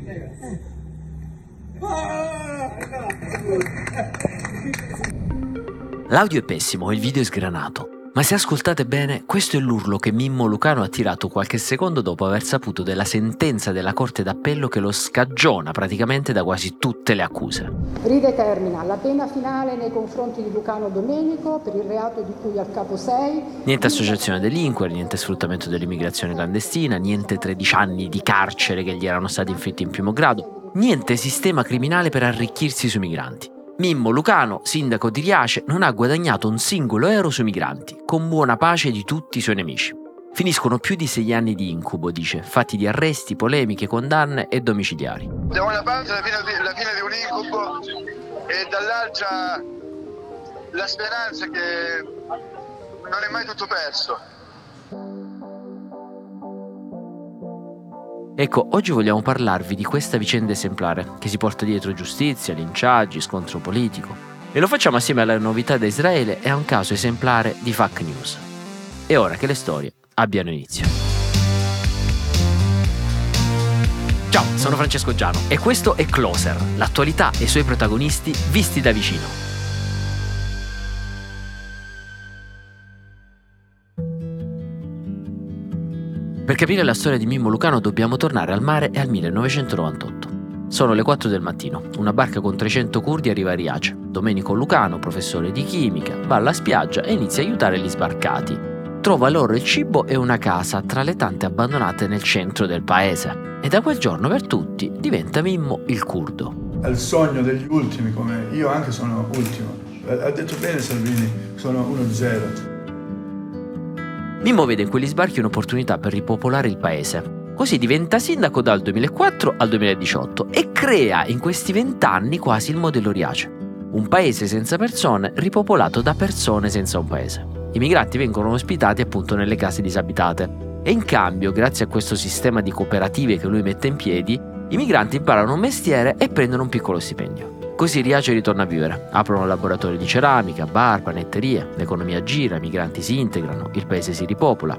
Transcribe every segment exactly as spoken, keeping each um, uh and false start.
L'audio è pessimo e il video è sgranato, ma se ascoltate bene, questo è l'urlo che Mimmo Lucano ha tirato qualche secondo dopo aver saputo della sentenza della Corte d'Appello che lo scagiona praticamente da quasi tutte le accuse. Ridetermina la pena finale nei confronti di Lucano Domenico per il reato di cui al capo sei. Niente associazione a delinquere, niente sfruttamento dell'immigrazione clandestina, niente tredici anni di carcere che gli erano stati inflitti in primo grado, niente sistema criminale per arricchirsi sui migranti. Mimmo Lucano, sindaco di Riace, non ha guadagnato un singolo euro sui migranti, con buona pace di tutti i suoi nemici. Finiscono più di sei anni di incubo, dice, fatti di arresti, polemiche, condanne e domiciliari. Da una parte la fine di, la fine di un incubo e dall'altra la speranza che non è mai tutto perso. Ecco, oggi vogliamo parlarvi di questa vicenda esemplare che si porta dietro giustizia, linciaggi, scontro politico. E lo facciamo assieme alle novità da Israele e a un caso esemplare di fake news. È ora che le storie abbiano inizio. Ciao, sono Francesco Giano e questo è Closer, l'attualità e i suoi protagonisti visti da vicino. Per capire la storia di Mimmo Lucano dobbiamo tornare al mare e al millenovecentonovantotto. Sono le quattro del mattino, una barca con trecento curdi arriva a Riace. Domenico Lucano, professore di chimica, va alla spiaggia e inizia a aiutare gli sbarcati. Trova loro il cibo e una casa tra le tante abbandonate nel centro del paese. E da quel giorno per tutti diventa Mimmo il curdo. Al sogno degli ultimi, come io anche sono ultimo. Ha detto bene Salvini, sono uno zero. Mimmo vede in quegli sbarchi un'opportunità per ripopolare il paese. Così diventa sindaco dal duemilaquattro al duemiladiciotto e crea in questi vent'anni quasi il modello Riace. Un paese senza persone ripopolato da persone senza un paese. I migranti vengono ospitati appunto nelle case disabitate e in cambio, grazie a questo sistema di cooperative che lui mette in piedi, i migranti imparano un mestiere e prendono un piccolo stipendio. Così Riace ritorna a vivere, aprono laboratori di ceramica, bar, panetterie, l'economia gira, i migranti si integrano, il paese si ripopola.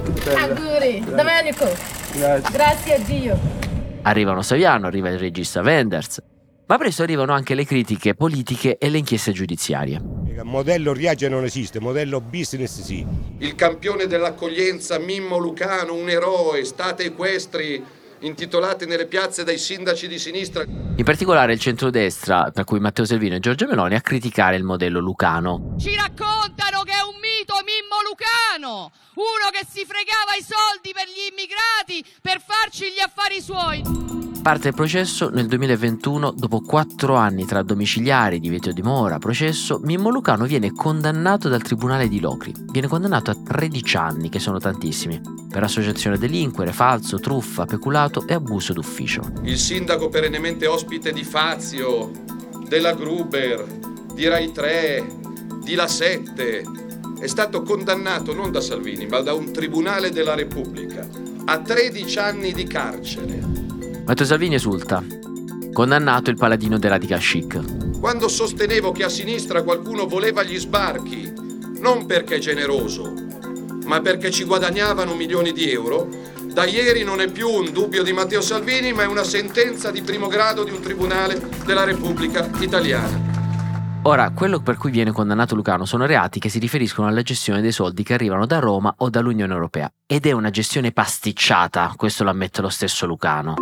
Auguri, Domenico! Grazie. Grazie a Dio! Arrivano Saviano, arriva il regista Wenders, ma presto arrivano anche le critiche politiche e le inchieste giudiziarie. Modello Riace non esiste, modello business sì. Il campione dell'accoglienza Mimmo Lucano, un eroe, state equestri, intitolate nelle piazze dai sindaci di sinistra. In particolare il centrodestra, tra cui Matteo Salvini e Giorgia Meloni, a criticare il modello Lucano. Ci raccontano che è un mito Mimmo Lucano, uno che si fregava i soldi per gli immigrati per farci gli affari suoi. Parte il processo nel duemilaventuno, dopo quattro anni tra domiciliari, divieto di dimora, processo, Mimmo Lucano viene condannato dal Tribunale di Locri. Viene condannato a tredici anni, che sono tantissimi, per associazione a delinquere, falso, truffa, peculato e abuso d'ufficio. Il sindaco perennemente ospite di Fazio, della Gruber, di Rai tre, di La sette, è stato condannato non da Salvini, ma da un Tribunale della Repubblica a tredici anni di carcere. Matteo Salvini esulta. Condannato il paladino dei radical chic. Quando sostenevo che a sinistra qualcuno voleva gli sbarchi, non perché è generoso, ma perché ci guadagnavano milioni di euro, da ieri non è più un dubbio di Matteo Salvini, ma è una sentenza di primo grado di un tribunale della Repubblica Italiana. Ora, quello per cui viene condannato Lucano sono reati che si riferiscono alla gestione dei soldi che arrivano da Roma o dall'Unione Europea. Ed è una gestione pasticciata, questo lo ammette lo stesso Lucano.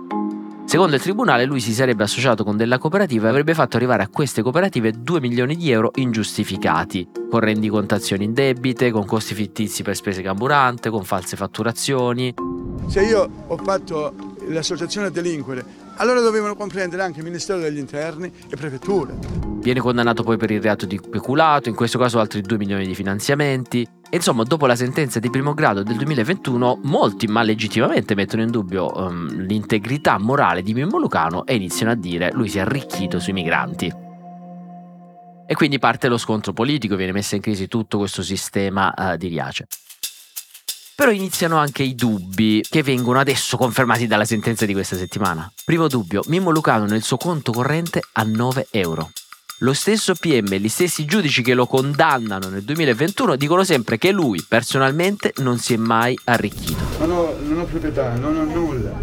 Secondo il tribunale lui si sarebbe associato con della cooperativa e avrebbe fatto arrivare a queste cooperative due milioni di euro ingiustificati, con rendicontazioni indebite, con costi fittizi per spese carburante, con false fatturazioni. Se io ho fatto l'associazione a delinquere, allora dovevano comprendere anche il Ministero degli Interni e prefetture. Viene condannato poi per il reato di peculato, in questo caso altri due milioni di finanziamenti. E insomma, dopo la sentenza di primo grado del duemilaventuno, molti, ma legittimamente, mettono in dubbio um, l'integrità morale di Mimmo Lucano e iniziano a dire lui si è arricchito sui migranti. E quindi parte lo scontro politico, viene messo in crisi tutto questo sistema uh, di Riace. Però iniziano anche i dubbi che vengono adesso confermati dalla sentenza di questa settimana. Primo dubbio, Mimmo Lucano nel suo conto corrente ha nove euro. Lo stesso P M e gli stessi giudici che lo condannano nel duemilaventuno dicono sempre che lui personalmente non si è mai arricchito. Non ho, non ho proprietà, non ho nulla.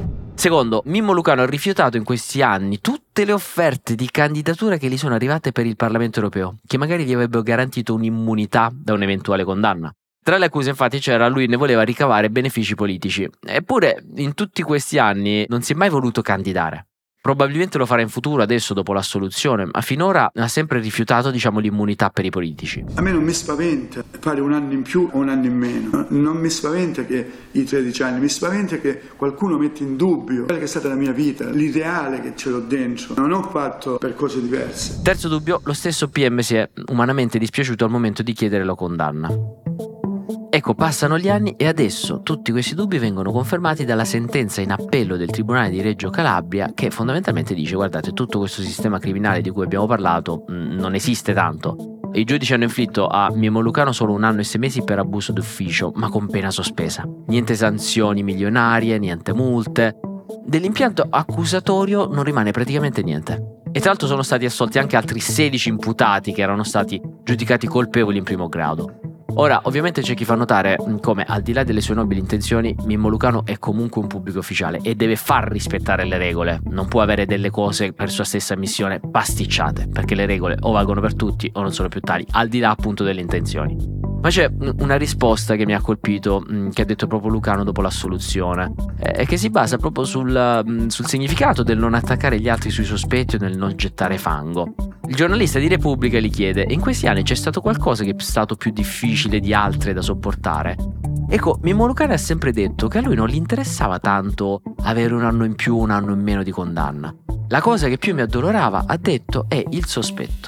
Secondo, Mimmo Lucano ha rifiutato in questi anni tutte le offerte di candidatura che gli sono arrivate per il Parlamento europeo, che magari gli avrebbero garantito un'immunità da un'eventuale condanna. Tra le accuse infatti c'era lui ne voleva ricavare benefici politici, eppure in tutti questi anni non si è mai voluto candidare. Probabilmente lo farà in futuro adesso dopo l'assoluzione, ma finora ha sempre rifiutato, diciamo, l'immunità per i politici. A me non mi spaventa fare un anno in più o un anno in meno, non mi spaventa che i tredici anni, mi spaventa che qualcuno metta in dubbio quella che è stata la mia vita, l'ideale che ce l'ho dentro, non ho fatto per cose diverse. Terzo dubbio, lo stesso P M si è umanamente dispiaciuto al momento di chiedere la condanna. Ecco, passano gli anni e adesso tutti questi dubbi vengono confermati dalla sentenza in appello del Tribunale di Reggio Calabria, che fondamentalmente dice: guardate, tutto questo sistema criminale di cui abbiamo parlato mh, non esiste tanto. I giudici hanno inflitto a Mimmo Lucano solo un anno e sei mesi per abuso d'ufficio, ma con pena sospesa. Niente sanzioni milionarie, niente multe. Dell'impianto accusatorio non rimane praticamente niente. E tra l'altro sono stati assolti anche altri sedici imputati che erano stati giudicati colpevoli in primo grado. Ora, ovviamente c'è chi fa notare come, al di là delle sue nobili intenzioni, Mimmo Lucano è comunque un pubblico ufficiale e deve far rispettare le regole. Non può avere delle cose per sua stessa ammissione pasticciate, perché le regole o valgono per tutti o non sono più tali, al di là appunto delle intenzioni. Ma c'è una risposta che mi ha colpito, che ha detto proprio Lucano dopo l'assoluzione, e che si basa proprio sul, sul significato del non attaccare gli altri sui sospetti o nel non gettare fango. Il giornalista di Repubblica gli chiede: in questi anni c'è stato qualcosa che è stato più difficile di altre da sopportare? Ecco, Mimmo Lucano ha sempre detto che a lui non gli interessava tanto avere un anno in più o un anno in meno di condanna. La cosa che più mi addolorava, ha detto, è il sospetto.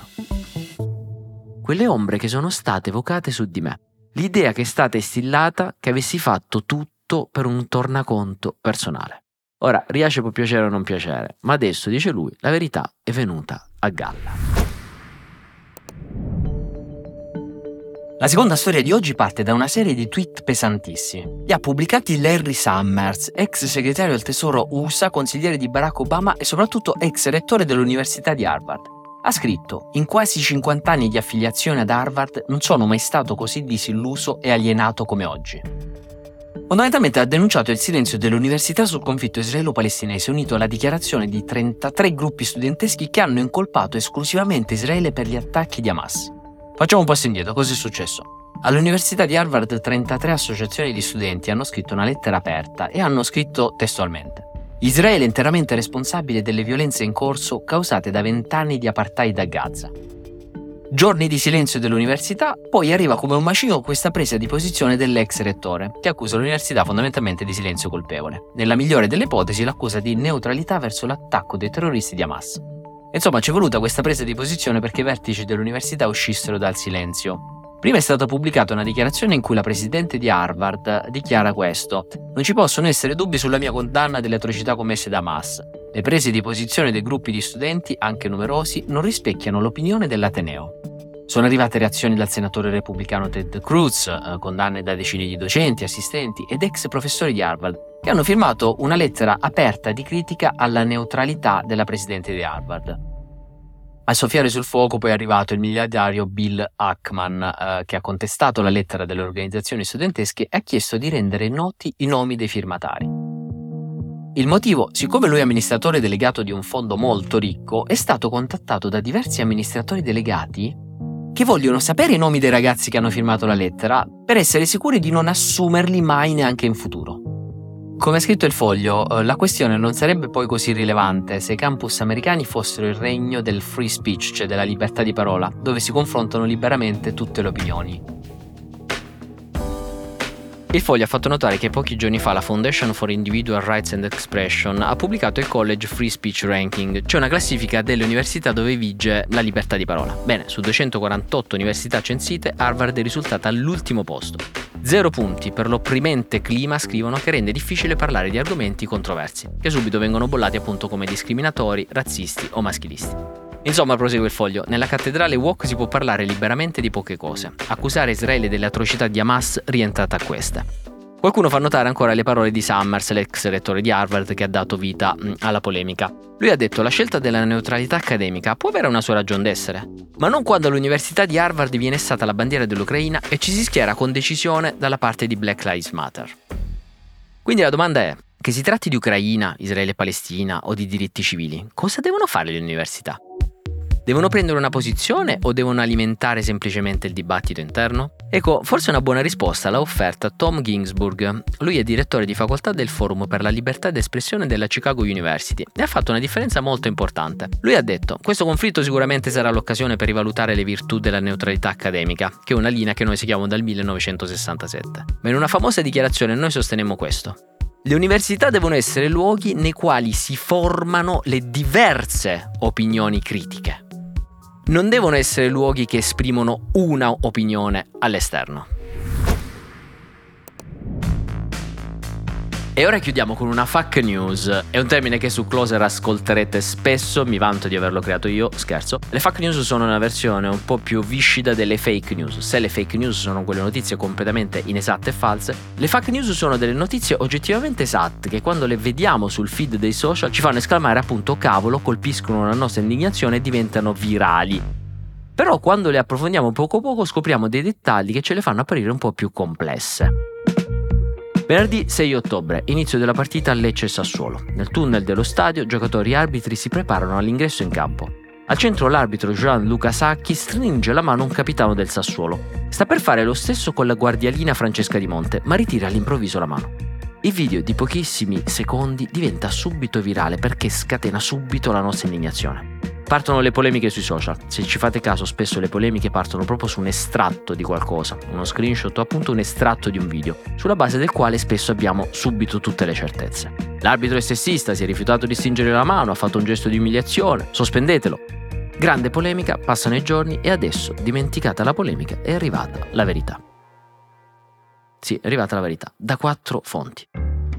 Quelle ombre che sono state evocate su di me. L'idea che è stata instillata che avessi fatto tutto per un tornaconto personale. Ora, Riace può piacere o non piacere, ma adesso, dice lui, la verità è venuta a galla. La seconda storia di oggi parte da una serie di tweet pesantissimi. Li ha pubblicati Larry Summers, ex segretario del tesoro U S A, consigliere di Barack Obama e soprattutto ex rettore dell'Università di Harvard. Ha scritto: in quasi cinquanta anni di affiliazione ad Harvard non sono mai stato così disilluso e alienato come oggi. Fondamentalmente ha denunciato il silenzio dell'università sul conflitto israelo-palestinese, unito alla dichiarazione di trentatré gruppi studenteschi che hanno incolpato esclusivamente Israele per gli attacchi di Hamas. Facciamo un passo indietro, cosa è successo? All'Università di Harvard trentatré associazioni di studenti hanno scritto una lettera aperta e hanno scritto testualmente: Israele è interamente responsabile delle violenze in corso causate da vent'anni di apartheid a Gaza. Giorni di silenzio dell'università, poi arriva come un macigno questa presa di posizione dell'ex rettore, che accusa l'università fondamentalmente di silenzio colpevole. Nella migliore delle ipotesi l'accusa di neutralità verso l'attacco dei terroristi di Hamas. Insomma, ci è voluta questa presa di posizione perché i vertici dell'università uscissero dal silenzio. Prima è stata pubblicata una dichiarazione in cui la presidente di Harvard dichiara questo: non ci possono essere dubbi sulla mia condanna delle atrocità commesse da Hamas. Le prese di posizione dei gruppi di studenti, anche numerosi, non rispecchiano l'opinione dell'Ateneo. Sono arrivate reazioni dal senatore repubblicano Ted Cruz, eh, condanne da decine di docenti, assistenti ed ex professori di Harvard, che hanno firmato una lettera aperta di critica alla neutralità della presidente di Harvard. A soffiare sul fuoco poi è arrivato il miliardario Bill Ackman, eh, che ha contestato la lettera delle organizzazioni studentesche e ha chiesto di rendere noti i nomi dei firmatari. Il motivo, siccome lui è amministratore delegato di un fondo molto ricco, è stato contattato da diversi amministratori delegati che vogliono sapere i nomi dei ragazzi che hanno firmato la lettera per essere sicuri di non assumerli mai neanche in futuro. Come ha scritto il Foglio, la questione non sarebbe poi così rilevante se i campus americani fossero il regno del free speech, cioè della libertà di parola, dove si confrontano liberamente tutte le opinioni. Il Foglio ha fatto notare che pochi giorni fa la Foundation for Individual Rights and Expression ha pubblicato il College Free Speech Ranking, cioè una classifica delle università dove vige la libertà di parola. Bene, su duecentoquarantotto università censite, Harvard è risultata all'ultimo posto. Zero punti per l'opprimente clima, scrivono, che rende difficile parlare di argomenti controversi, che subito vengono bollati appunto come discriminatori, razzisti o maschilisti. Insomma, prosegue il Foglio, nella cattedrale woke si può parlare liberamente di poche cose. Accusare Israele delle atrocità di Hamas rientra tra queste. Qualcuno fa notare ancora le parole di Summers, l'ex rettore di Harvard che ha dato vita mh, alla polemica. Lui ha detto: la scelta della neutralità accademica può avere una sua ragion d'essere, ma non quando all'Università di Harvard viene stata la bandiera dell'Ucraina e ci si schiera con decisione dalla parte di Black Lives Matter. Quindi la domanda è: Che si tratti di Ucraina, Israele e Palestina o di diritti civili, cosa devono fare le università? Devono prendere una posizione o devono alimentare semplicemente il dibattito interno? Ecco, forse una buona risposta l'ha offerta Tom Ginsburg. Lui è direttore di facoltà del Forum per la Libertà d'Espressione della Chicago University e ha fatto una differenza molto importante. Lui ha detto: questo conflitto sicuramente sarà l'occasione per rivalutare le virtù della neutralità accademica, che è una linea che noi seguiamo dal millenovecentosessantasette. Ma in una famosa dichiarazione noi sostenemmo questo: le università devono essere luoghi nei quali si formano le diverse opinioni critiche. Non devono essere luoghi che esprimono una opinione all'esterno. E ora chiudiamo con una fake news. È un termine che su Closer ascolterete spesso, mi vanto di averlo creato io, scherzo. Le fake news sono una versione un po' più viscida delle fake news. Se le fake news sono quelle notizie completamente inesatte e false, le fake news sono delle notizie oggettivamente esatte che quando le vediamo sul feed dei social ci fanno esclamare appunto cavolo, colpiscono la nostra indignazione e diventano virali. Però quando le approfondiamo poco poco scopriamo dei dettagli che ce le fanno apparire un po' più complesse. Venerdì sei ottobre, inizio della partita Lecce-Sassuolo. Nel tunnel dello stadio, giocatori e arbitri si preparano all'ingresso in campo. Al centro l'arbitro Gianluca Sacchi stringe la mano a un capitano del Sassuolo. Sta per fare lo stesso con la guardialina Francesca Di Monte, ma ritira all'improvviso la mano. Il video di pochissimi secondi diventa subito virale perché scatena subito la nostra indignazione. Partono le polemiche sui social. Se ci fate caso, spesso le polemiche partono proprio su un estratto di qualcosa, uno screenshot o appunto un estratto di un video, sulla base del quale spesso abbiamo subito tutte le certezze. L'arbitro è sessista, si è rifiutato di stringere la mano, ha fatto un gesto di umiliazione, sospendetelo. Grande polemica, passano i giorni e adesso, dimenticata la polemica, è arrivata la verità. Sì, è arrivata la verità, da quattro fonti.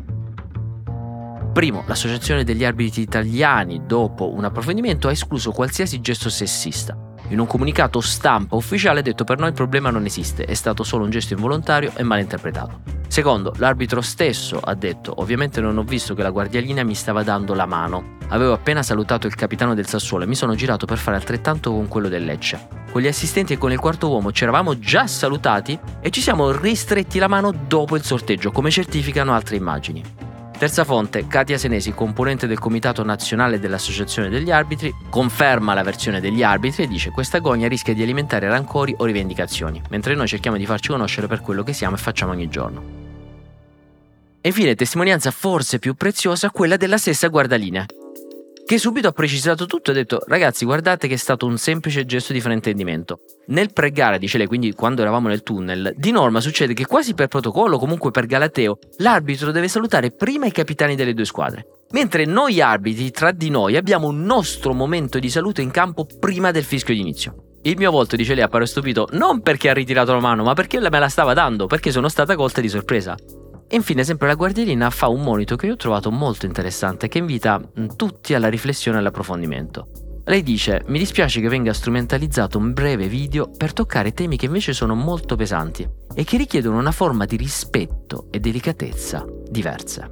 Primo, l'Associazione degli Arbitri Italiani, dopo un approfondimento, ha escluso qualsiasi gesto sessista. In un comunicato stampa ufficiale ha detto: per noi il problema non esiste, è stato solo un gesto involontario e mal interpretato. Secondo, l'arbitro stesso ha detto: ovviamente non ho visto che la guardialina mi stava dando la mano. Avevo appena salutato il capitano del Sassuolo e mi sono girato per fare altrettanto con quello del Lecce. Con gli assistenti e con il quarto uomo ci eravamo già salutati e ci siamo ristretti la mano dopo il sorteggio, come certificano altre immagini. Terza fonte, Katia Senesi, componente del Comitato Nazionale dell'Associazione degli Arbitri, conferma la versione degli arbitri e dice: questa gogna rischia di alimentare rancori o rivendicazioni, mentre noi cerchiamo di farci conoscere per quello che siamo e facciamo ogni giorno. E infine, testimonianza forse più preziosa, quella della stessa guardalinea, che subito ha precisato tutto e ha detto: ragazzi, guardate che è stato un semplice gesto di fraintendimento. Nel pre-gara, dice lei, quindi quando eravamo nel tunnel, di norma succede che quasi per protocollo, comunque per galateo, l'arbitro deve salutare prima i capitani delle due squadre. Mentre noi arbitri, tra di noi, abbiamo un nostro momento di saluto in campo prima del fischio d'inizio. Il mio volto, dice lei, appare stupito non perché ha ritirato la mano, ma perché me la stava dando, perché sono stata colta di sorpresa. E infine, sempre la guardialina fa un monito che io ho trovato molto interessante, che invita tutti alla riflessione e all'approfondimento. Lei dice: mi dispiace che venga strumentalizzato un breve video per toccare temi che invece sono molto pesanti e che richiedono una forma di rispetto e delicatezza diverse.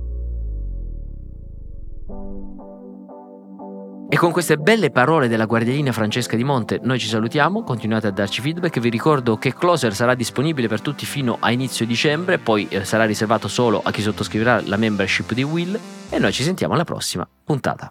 E con queste belle parole della guardialina Francesca Di Monte noi ci salutiamo, continuate a darci feedback. Vi ricordo che Closer sarà disponibile per tutti fino a inizio dicembre, poi eh, sarà riservato solo a chi sottoscriverà la membership di Will e noi ci sentiamo alla prossima puntata.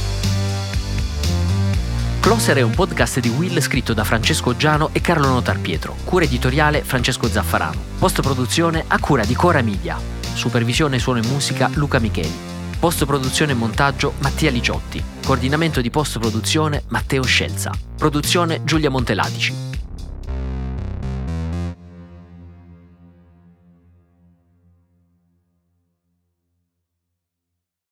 Closer è un podcast di Will scritto da Francesco Giano e Carlo Notarpietro, cura editoriale Francesco Zaffarano, post-produzione a cura di Cora Media, supervisione suono e musica Luca Micheli, post-produzione e montaggio Mattia Liciotti, coordinamento di post-produzione Matteo Scelza, produzione Giulia Montelatici.